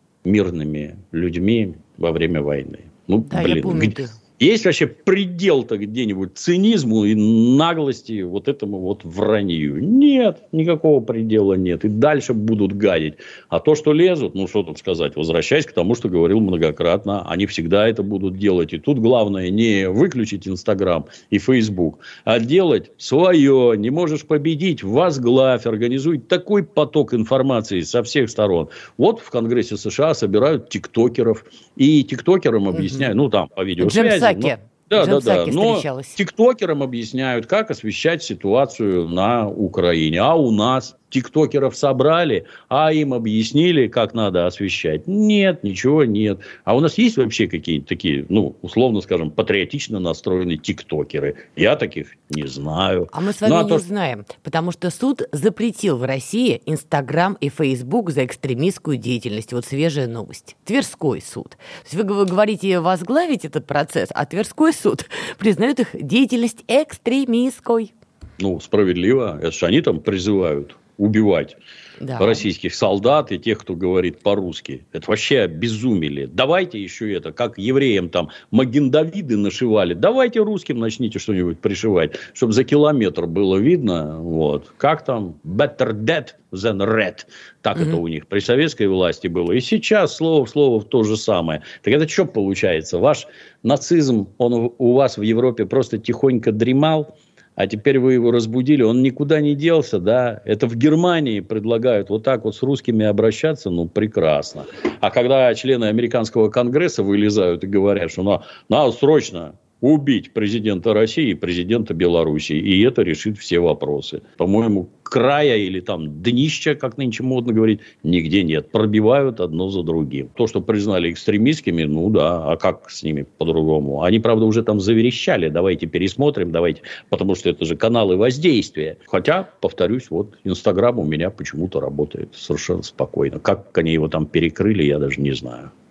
мирными людьми во время войны. Ну, да, блин, я помню, где... Есть вообще предел-то где-нибудь цинизму и наглости вот этому вот вранью? Нет, никакого предела нет. И дальше будут гадить. А то, что лезут, ну, что тут сказать, возвращаясь к тому, что говорил многократно, они всегда это будут делать. И тут главное не выключить Инстаграм и Фейсбук, а делать свое. Не можешь победить, возглавь, организуй такой поток информации со всех сторон. Вот в Конгрессе США собирают тиктокеров. И тиктокерам объясняют, ну, там, по видеосвязи. Джемсаки. Да, да, да. Но тиктокерам объясняют, как освещать ситуацию на Украине. А у нас тиктокеров собрали, а им объяснили, как надо освещать. Нет, ничего нет. А у нас есть вообще какие-то такие, ну, условно скажем, патриотично настроенные тиктокеры? Я таких не знаю. А мы с вами ну, а не то... знаем, потому что суд запретил в России Инстаграм и Фейсбук за экстремистскую деятельность. Вот свежая новость. Тверской суд. То есть вы говорите возглавить этот процесс, а Тверской суд признает их деятельность экстремистской. Ну, справедливо. Это же они там призывают убивать да. российских солдат и тех, кто говорит по-русски. Это вообще обезумели. Давайте еще это, как евреям там Маген-Давиды нашивали. Давайте русским начните что-нибудь пришивать, чтобы за километр было видно. Вот. Как там? Better dead than red. Так mm-hmm. это у них при советской власти было. И сейчас слово в слово то же самое. Так это что получается? Ваш нацизм, он у вас в Европе просто тихонько дремал, а теперь вы его разбудили, он никуда не делся, да? Это в Германии предлагают вот так вот с русскими обращаться, ну, прекрасно. А когда члены американского конгресса вылезают и говорят, что надо, надо срочно убить президента России и президента Белоруссии, и это решит все вопросы. По-моему, края или там днища, как нынче модно говорить, нигде нет. Пробивают одно за другим. То, что признали экстремистскими, ну да, а как с ними по-другому? Они, правда, уже там заверещали, давайте пересмотрим, давайте, потому что это же каналы воздействия. Хотя, повторюсь, вот Инстаграм у меня почему-то работает совершенно спокойно. Как они его там перекрыли, я даже не знаю.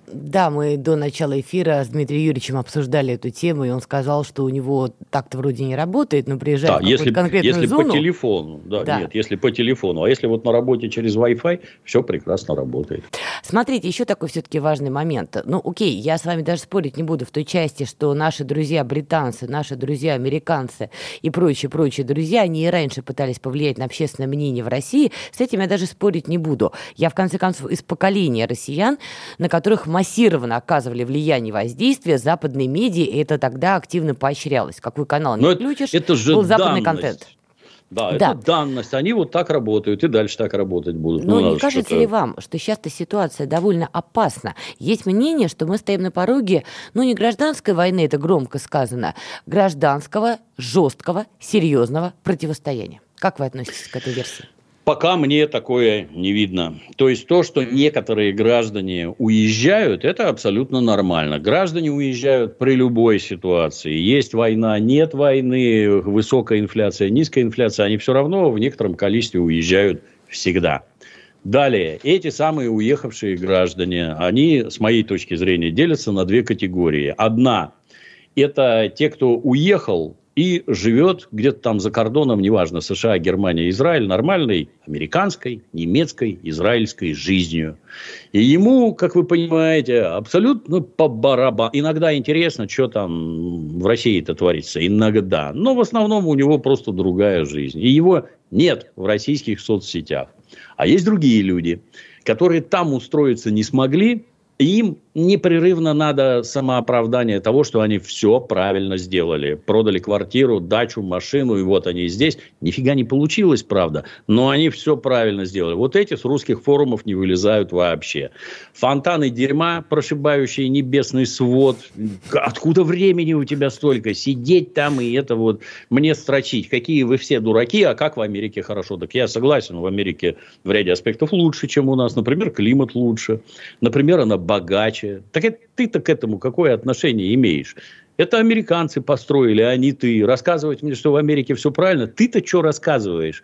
Да, мы до начала эфира с Дмитрием Юрьевичем обсуждали эту тему, и он сказал, что у него так-то вроде не работает, но приезжает да, в какую-то если, конкретную если зону... Если по телефону, да, да. Нет, если по телефону, а если вот на работе через Wi-Fi, все прекрасно работает. Смотрите, еще такой все-таки важный момент. Ну, окей, я с вами даже спорить не буду в той части, что наши друзья-британцы, наши друзья-американцы и прочие-прочие друзья, они и раньше пытались повлиять на общественное мнение в России, с этим я даже спорить не буду. Я, в конце концов, из поколения россиян, на которых массированно оказывали влияние и воздействие западные медиа, и это тогда активно поощрялось. Какой канал не включишь, это же был западный данность. контент. Да, да, это данность. Они вот так работают и дальше так работать будут. Но ну, не кажется что-то... ли вам, что сейчас-то ситуация довольно опасна? Есть мнение, что мы стоим на пороге, ну, не гражданской войны, это громко сказано, гражданского, жесткого, серьезного противостояния. Как вы относитесь к этой версии? Пока мне такое не видно. То есть, то, что некоторые граждане уезжают, это абсолютно нормально. Граждане уезжают при любой ситуации. Есть война, нет войны, высокая инфляция, низкая инфляция. Они все равно в некотором количестве уезжают всегда. Далее, эти самые уехавшие граждане, они, с моей точки зрения, делятся на две категории. Одна – это те, кто уехал и живет где-то там за кордоном, неважно, США, Германия, Израиль, нормальной американской, немецкой, израильской жизнью. И ему, как вы понимаете, абсолютно по барабану. Иногда интересно, что там в России-то творится. Иногда. Но в основном у него просто другая жизнь. И его нет в российских соцсетях. А есть другие люди, которые там устроиться не смогли. Им непрерывно надо самооправдание того, что они все правильно сделали. Продали квартиру, дачу, машину, и вот они здесь. Нифига не получилось, правда, но они все правильно сделали. Вот эти с русских форумов не вылезают вообще. Фонтаны дерьма, прошибающие небесный свод. Откуда времени у тебя столько? Сидеть там и это вот мне строчить. Какие вы все дураки, а как в Америке хорошо? Так я согласен, в Америке в ряде аспектов лучше, чем у нас. Например, климат лучше. Например, она богаче. Так это, ты-то к этому какое отношение имеешь? Это американцы построили, а не ты. Рассказывать мне, что в Америке все правильно. Ты-то что рассказываешь?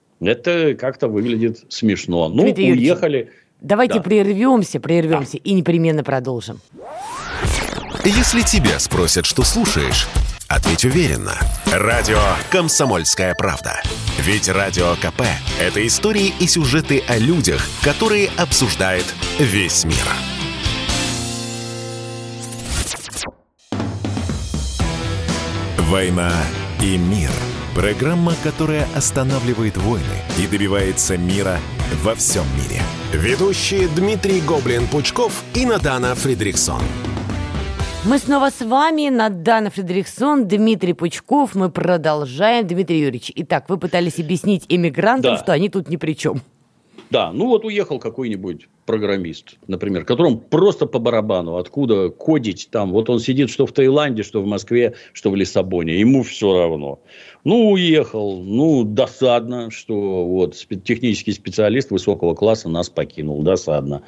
Это как-то выглядит смешно. Ну, Дмитрий уехали. Юрьевич, давайте да. прервемся, прервемся да. и непременно продолжим. Если тебя спросят, что слушаешь, ответь уверенно. Радио «Комсомольская правда». Ведь Радио КП – это истории и сюжеты о людях, которые обсуждает весь мир. «Война и мир». Программа, которая останавливает войны и добивается мира во всем мире. Ведущие Дмитрий Гоблин-Пучков и Надана Фридрихсон. Мы снова с вами, Надана Фридрихсон, Дмитрий Пучков. Мы продолжаем. Дмитрий Юрьевич, итак, вы пытались объяснить эмигрантам, да. что они тут ни при чем. Да, ну вот уехал какой-нибудь программист, например, которому просто по барабану, откуда кодить там. Вот он сидит что в Таиланде, что в Москве, что в Лиссабоне. Ему все равно. Ну, уехал. Ну, досадно, что вот технический специалист высокого класса нас покинул. Досадно.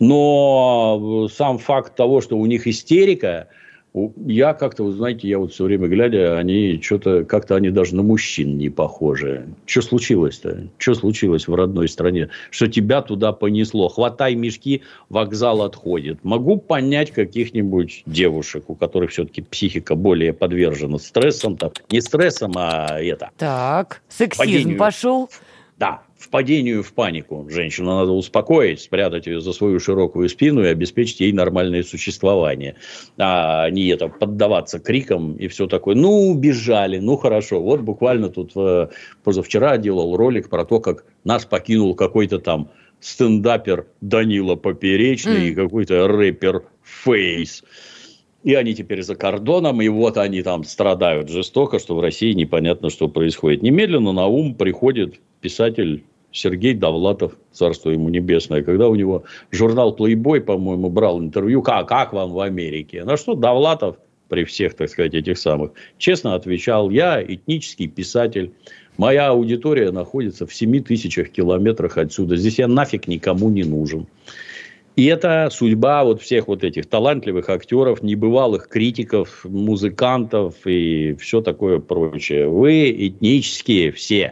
Но сам факт того, что у них истерика... Я как-то, вы знаете, я вот все время глядя, они что-то, как-то они даже на мужчин не похожи. Что случилось-то? Что случилось в родной стране? Что тебя туда понесло? Хватай мешки, вокзал отходит. Могу понять каких-нибудь девушек, у которых все-таки психика более подвержена стрессам. Там, не стрессам, а это. Так, сексизм падению. Пошел. Да, впадению в панику. Женщину надо успокоить, спрятать ее за свою широкую спину и обеспечить ей нормальное существование. А не это, поддаваться крикам и все такое. Ну, убежали, ну, хорошо. Вот буквально тут позавчера делал ролик про то, как нас покинул какой-то там стендапер Данила Поперечный mm. и какой-то рэпер Фейс. И они теперь за кордоном, и вот они там страдают жестоко, что в России непонятно, что происходит. Немедленно на ум приходит писатель Сергей Довлатов, царство ему небесное, когда у него журнал Playboy, по-моему, брал интервью, как, как вам в Америке? На что Довлатов, при всех, так сказать, этих самых, честно отвечал: я этнический писатель, моя аудитория находится в семи тысячах километрах отсюда, здесь я нафиг никому не нужен. И это судьба вот всех вот этих талантливых актеров, небывалых критиков, музыкантов и все такое прочее. Вы этнические все.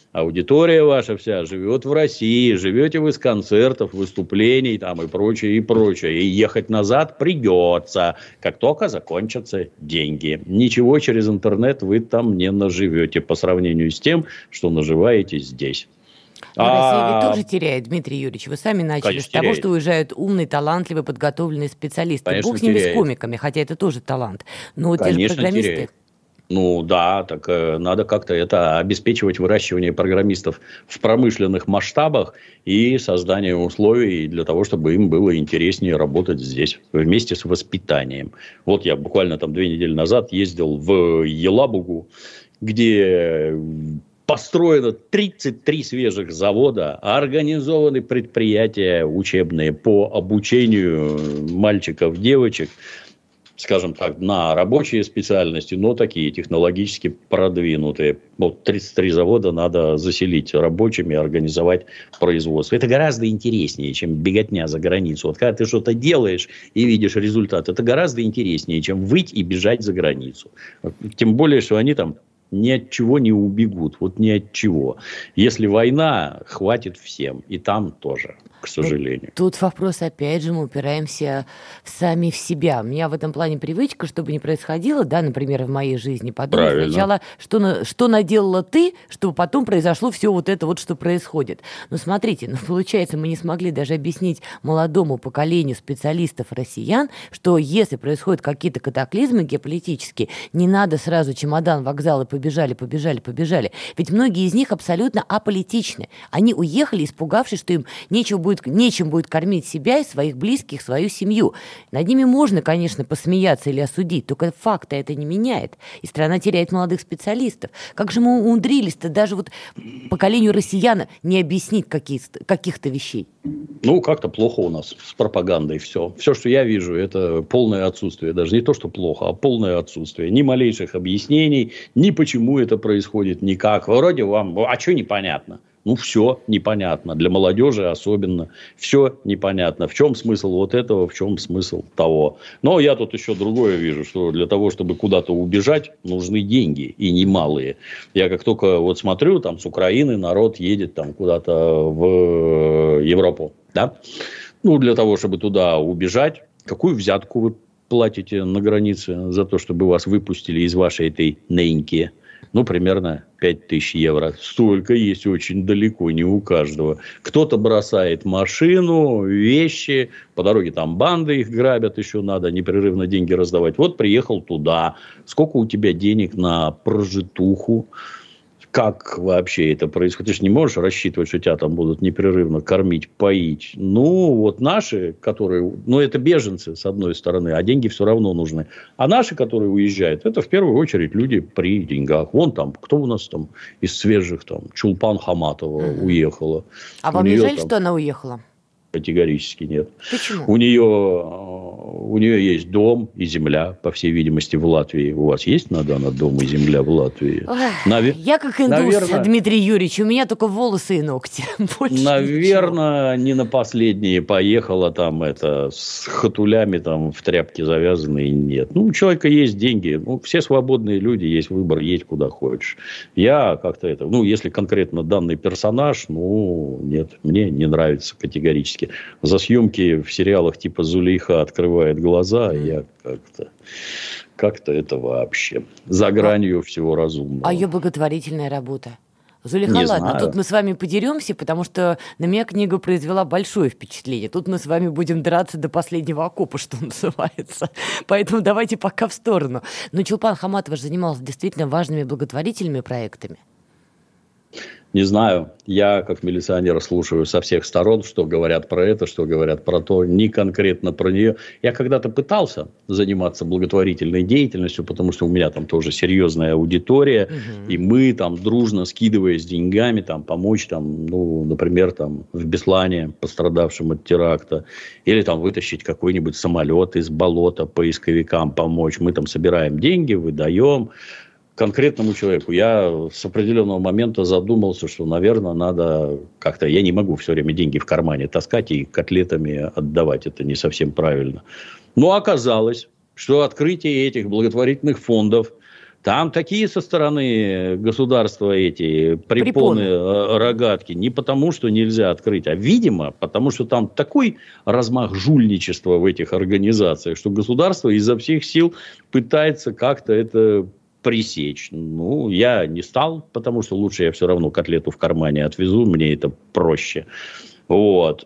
Аудитория ваша вся живет в России, живете вы с концертов, выступлений там и прочее, и прочее. И ехать назад придется, как только закончатся деньги. Ничего через интернет вы там не наживете по сравнению с тем, что наживаете здесь. Но а... Россия ведь тоже теряет, Дмитрий Юрьевич. Вы сами начали Конечно, с того, теряет. что уезжают умные, талантливые, подготовленные специалисты. Конечно, Бог с ними, теряет. с комиками, хотя это тоже талант. Но те же программисты... Теряет. Ну да, так э, надо как-то это обеспечивать выращивание программистов в промышленных масштабах и создание условий для того, чтобы им было интереснее работать здесь вместе с воспитанием. Вот я буквально там две недели назад ездил в Елабугу, где построено тридцать три свежих завода, организованы предприятия учебные по обучению мальчиков, девочек, скажем так, на рабочие специальности, но такие технологически продвинутые. Вот тридцать три завода надо заселить рабочими, организовать производство. Это гораздо интереснее, чем беготня за границу. Вот когда ты что-то делаешь и видишь результат, это гораздо интереснее, чем выйти и бежать за границу. Тем более, что они там ни от чего не убегут. Вот ни от чего. Если война, хватит всем. И там тоже, к сожалению. Тут вопрос, опять же, мы упираемся сами в себя. У меня в этом плане привычка, чтобы не происходило, да, например, в моей жизни, подумать Правильно. сначала, что, на, что наделала ты, чтобы потом произошло все вот это вот, что происходит. Но смотрите, ну, получается, мы не смогли даже объяснить молодому поколению специалистов россиян, что если происходят какие-то катаклизмы геополитические, не надо сразу чемодан, вокзал и побежали, побежали, побежали. Ведь многие из них абсолютно аполитичны. Они уехали, испугавшись, что им нечего будет, нечем будет кормить себя и своих близких, свою семью. Над ними можно, конечно, посмеяться или осудить, только факта это не меняет. И страна теряет молодых специалистов. Как же мы умудрились-то даже вот поколению россиян не объяснить каких-то, каких-то вещей? Ну, как-то плохо у нас с пропагандой все. Все, что я вижу, это полное отсутствие. Даже не то, что плохо, а полное отсутствие. Ни малейших объяснений, ни почему это происходит, никак. Вроде вам, а что непонятно? Ну, все непонятно. Для молодежи особенно. Все непонятно. В чем смысл вот этого, в чем смысл того. Но я тут еще другое вижу, что для того, чтобы куда-то убежать, нужны деньги. И немалые. Я как только вот смотрю, там с Украины народ едет там куда-то в Европу. Да? Ну, для того, чтобы туда убежать, какую взятку вы платите на границе за то, чтобы вас выпустили из вашей этой неньки? Ну, примерно пять тысяч евро. Столько есть очень далеко, не у каждого. Кто-то бросает машину, вещи. По дороге там банды их грабят, еще надо непрерывно деньги раздавать. Вот приехал туда. Сколько у тебя денег на прожитуху? Как вообще это происходит? Ты же не можешь рассчитывать, что тебя там будут непрерывно кормить, поить. Ну, вот наши, которые... Ну, это беженцы, с одной стороны, а деньги все равно нужны. А наши, которые уезжают, это в первую очередь люди при деньгах. Вон там, кто у нас там из свежих, там, Чулпан Хаматова угу. уехала. А вам не жаль, там... что она уехала? Категорически нет. Почему? У нее, у нее есть дом и земля, по всей видимости, в Латвии. У вас есть, Надана, дом и земля в Латвии? Ой, Навер... Я как индус, Наверное... Дмитрий Юрьевич, у меня только волосы и ногти. Больше Наверное, ничего. Не на последние поехала там это, с хатулями там, в тряпке завязанные. Нет. Ну, у человека есть деньги. Ну, все свободные люди, есть выбор, едь куда хочешь. Я как-то это... Ну, если конкретно данный персонаж, ну, нет, мне не нравится категорически. За съемки в сериалах типа «Зулейха открывает глаза», я как-то, как-то это вообще за гранью а, всего разумного. А ее благотворительная работа? Зулейха, не ладно, знаю. Тут мы с вами подеремся, потому что на меня книга произвела большое впечатление. Тут мы с вами будем драться до последнего окопа, что называется. Поэтому давайте пока в сторону. Но Чулпан Хаматова же занималась действительно важными благотворительными проектами. Не знаю, я как милиционер слушаю со всех сторон, что говорят про это, что говорят про то, не конкретно про нее. Я когда-то пытался заниматься благотворительной деятельностью, потому что у меня там тоже серьезная аудитория, угу. и мы там дружно скидываясь деньгами, там помочь там, ну, например, там в Беслане пострадавшим от теракта, или там вытащить какой-нибудь самолет из болота поисковикам помочь. Мы там собираем деньги, выдаем конкретному человеку. Я с определенного момента задумался, что, наверное, надо как-то... Я не могу все время деньги в кармане таскать и котлетами отдавать. Это не совсем правильно. Но оказалось, что открытие этих благотворительных фондов Там такие со стороны государства эти препоны, препоны, рогатки. Не потому, что нельзя открыть, а, видимо, потому что там такой размах жульничества в этих организациях, что государство изо всех сил пытается как-то это пресечь. Ну, я не стал, потому что лучше я все равно котлету в кармане отвезу, мне это проще. Вот.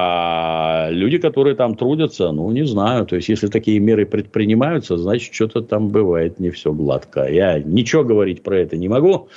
А люди, которые там трудятся, ну, не знаю. То есть, если такие меры предпринимаются, значит, что-то там бывает не все гладко. Я ничего говорить про это не могу.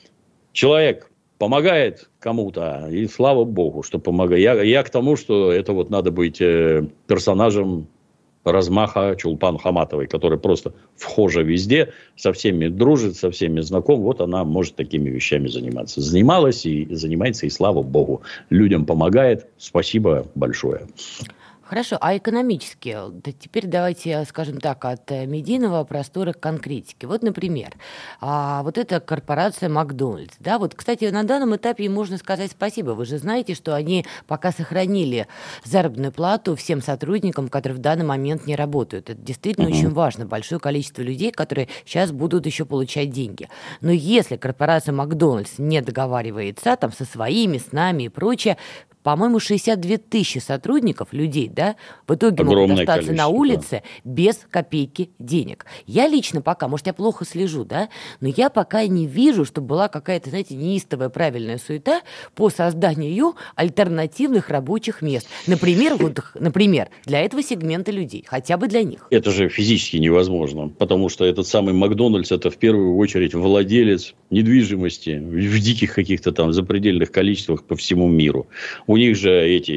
Человек помогает кому-то, и слава богу, что помогает. Я, я к тому, что это вот надо быть персонажем размаха Чулпан Хаматовой, которая просто вхожа везде, со всеми дружит, со всеми знаком. Вот она может такими вещами заниматься. Занималась и занимается, и слава богу. Людям помогает. Спасибо большое. Хорошо, а экономически? Да теперь давайте, скажем так, от медийного простора к конкретике. Вот, например, а, вот эта корпорация Макдональдс. Да, вот, кстати, на данном этапе можно сказать спасибо. Вы же знаете, что они пока сохранили заработную плату всем сотрудникам, которые в данный момент не работают. Это действительно mm-hmm. очень важно. Большое количество людей, которые сейчас будут еще получать деньги. Но если корпорация Макдональдс не договаривается там со своими, с нами и прочее, по-моему, шестьдесят две тысячи сотрудников, людей, да, в итоге огромное могут остаться на улице да. без копейки денег. Я лично пока, может, я плохо слежу, да, но я пока не вижу, чтобы была какая-то, знаете, неистовая правильная суета по созданию альтернативных рабочих мест. Например, вот, например, для этого сегмента людей, хотя бы для них. Это же физически невозможно, потому что этот самый Макдональдс, это в первую очередь владелец недвижимости в диких каких-то там запредельных количествах по всему миру. У них же эти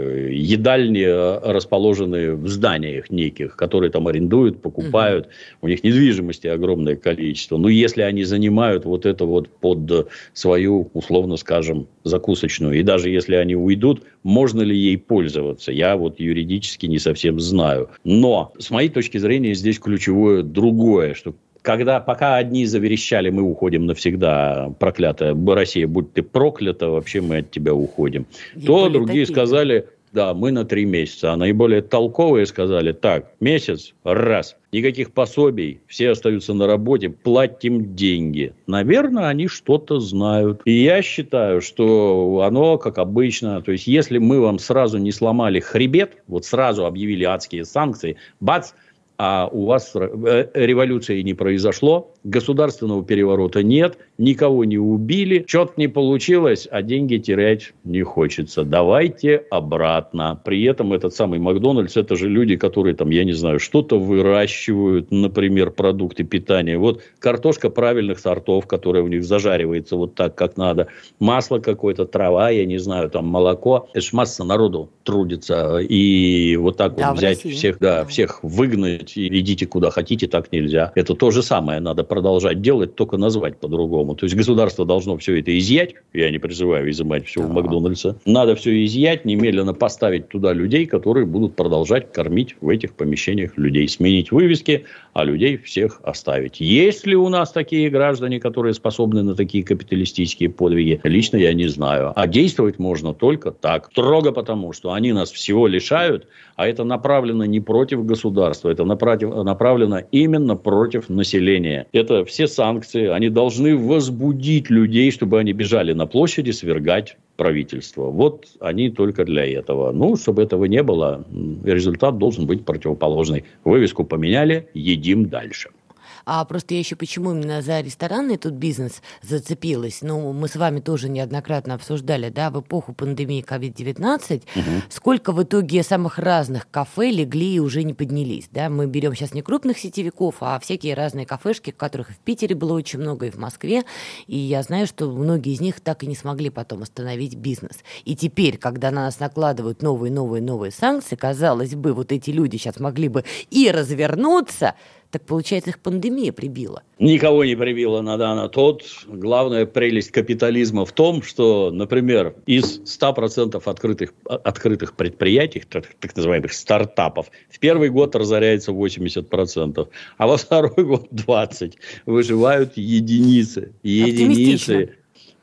едальни расположены в зданиях неких, которые там арендуют, покупают. Угу. У них недвижимости огромное количество. Но если они занимают вот это вот под свою, условно скажем, закусочную, и даже если они уйдут, можно ли ей пользоваться, я вот юридически не совсем знаю. Но, с моей точки зрения, здесь ключевое другое, что когда пока одни заверещали, мы уходим навсегда, проклятая Россия, будь ты проклята, вообще мы от тебя уходим, и то другие такие. Сказали, да, мы на три месяца. А наиболее толковые сказали, так, месяц, раз, никаких пособий, все остаются на работе, платим деньги. Наверное, они что-то знают. И я считаю, что оно, как обычно, то есть, если мы вам сразу не сломали хребет, вот сразу объявили адские санкции, бац, а у вас революции не произошло, государственного переворота нет, никого не убили, что-то не получилось, а деньги терять не хочется. Давайте обратно. При этом этот самый Макдональдс, это же люди, которые там, я не знаю, что-то выращивают, например, продукты питания. Вот картошка правильных сортов, которая у них зажаривается вот так, как надо. Масло какое-то, трава, я не знаю, там молоко. Это ж масса народу трудится. И вот так да, вот взять всех, да, всех выгнать и идите куда хотите, так нельзя. Это то же самое надо продолжать делать, только назвать по-другому. То есть государство должно все это изъять. Я не призываю изымать все да. у Макдональдса. Надо все изъять, немедленно поставить туда людей, которые будут продолжать кормить в этих помещениях людей. Сменить вывески, а людей всех оставить. Есть ли у нас такие граждане, которые способны на такие капиталистические подвиги? Лично я не знаю. А действовать можно только так. Строго потому, что они нас всего лишают, а это направлено не против государства, это направлено именно против населения. Это все санкции, они должны возбудить людей, чтобы они бежали на площади свергать правительство. Вот они только для этого. Ну, чтобы этого не было, результат должен быть противоположный. Вывеску поменяли, едим дальше. А просто я еще почему именно за ресторанный тут бизнес зацепилась. Ну, мы с вами тоже неоднократно обсуждали, да, в эпоху пандемии ковид девятнадцать, угу. сколько в итоге самых разных кафе легли и уже не поднялись, да. Мы берем сейчас не крупных сетевиков, а всякие разные кафешки, которых и в Питере было очень много, и в Москве. И я знаю, что многие из них так и не смогли потом остановить бизнес. И теперь, когда на нас накладывают новые, новые, новые санкции, казалось бы, вот эти люди сейчас могли бы и развернуться, так получается, их пандемия прибила. Никого не прибила, Надана. Тут главная прелесть капитализма в том, что, например, из ста процентов открытых, открытых предприятий, так, так называемых стартапов, в первый год разоряется восемьдесят процентов, а во второй год двадцать процентов. Выживают единицы. Единицы.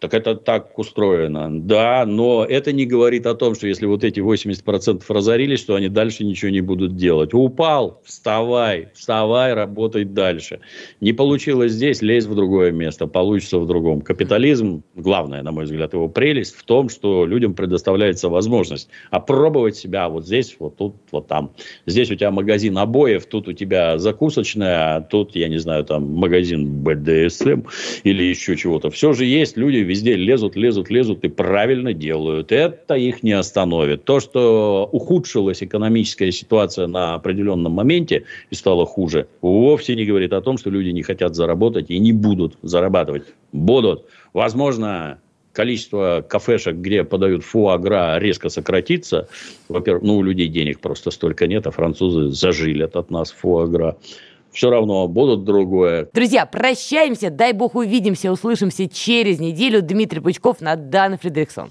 Так это так устроено. Да, но это не говорит о том, что если вот эти восемьдесят процентов разорились, то они дальше ничего не будут делать. Упал, вставай, вставай, работай дальше. Не получилось здесь, лезь в другое место, получится в другом. Капитализм, главное, на мой взгляд, его прелесть в том, что людям предоставляется возможность опробовать себя вот здесь, вот тут, вот там. Здесь у тебя магазин обоев, тут у тебя закусочная, а тут, я не знаю, там магазин бэ дэ эс эм или еще чего-то. Все же есть, люди везде лезут, лезут, лезут и правильно делают. Это их не остановит. То, что ухудшилась экономическая ситуация на определенном моменте и стало хуже, вовсе не говорит о том, что люди не хотят заработать и не будут зарабатывать. Будут. Возможно, количество кафешек, где подают фуагра, резко сократится. Во-первых, ну, у людей денег просто столько нет, а французы зажилят от нас фуагра. Все равно будут другое. Друзья, прощаемся. Дай бог увидимся, услышимся через неделю. Дмитрий Пучков, Надана Фридрихсон.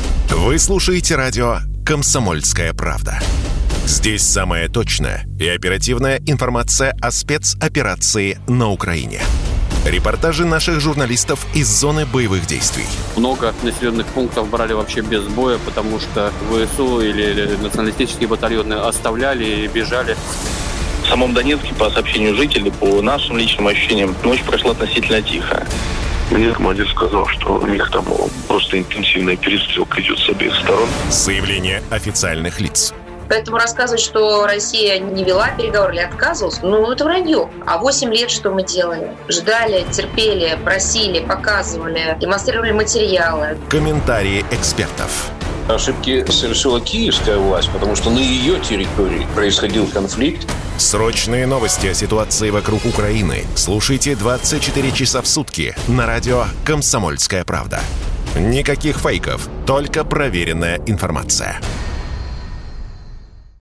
Вы слушаете радио «Комсомольская правда». Здесь самая точная и оперативная информация о спецоперации на Украине. Репортажи наших журналистов из зоны боевых действий. Много населенных пунктов брали вообще без боя, потому что ВСУ или националистические батальоны оставляли и бежали. В самом Донецке, по сообщению жителей, по нашим личным ощущениям, ночь прошла относительно тихо. Мне командир сказал, что у них там просто интенсивная перестрелка идет с обеих сторон. Заявление официальных лиц. Поэтому рассказывать, что Россия не вела переговоры или отказывалась, ну, это вранье. А восемь лет что мы делали? Ждали, терпели, просили, показывали, демонстрировали материалы. Комментарии экспертов. Ошибки совершила киевская власть, потому что на ее территории происходил конфликт. Срочные новости о ситуации вокруг Украины слушайте двадцать четыре часа в сутки на радио «Комсомольская правда». Никаких фейков, только проверенная информация.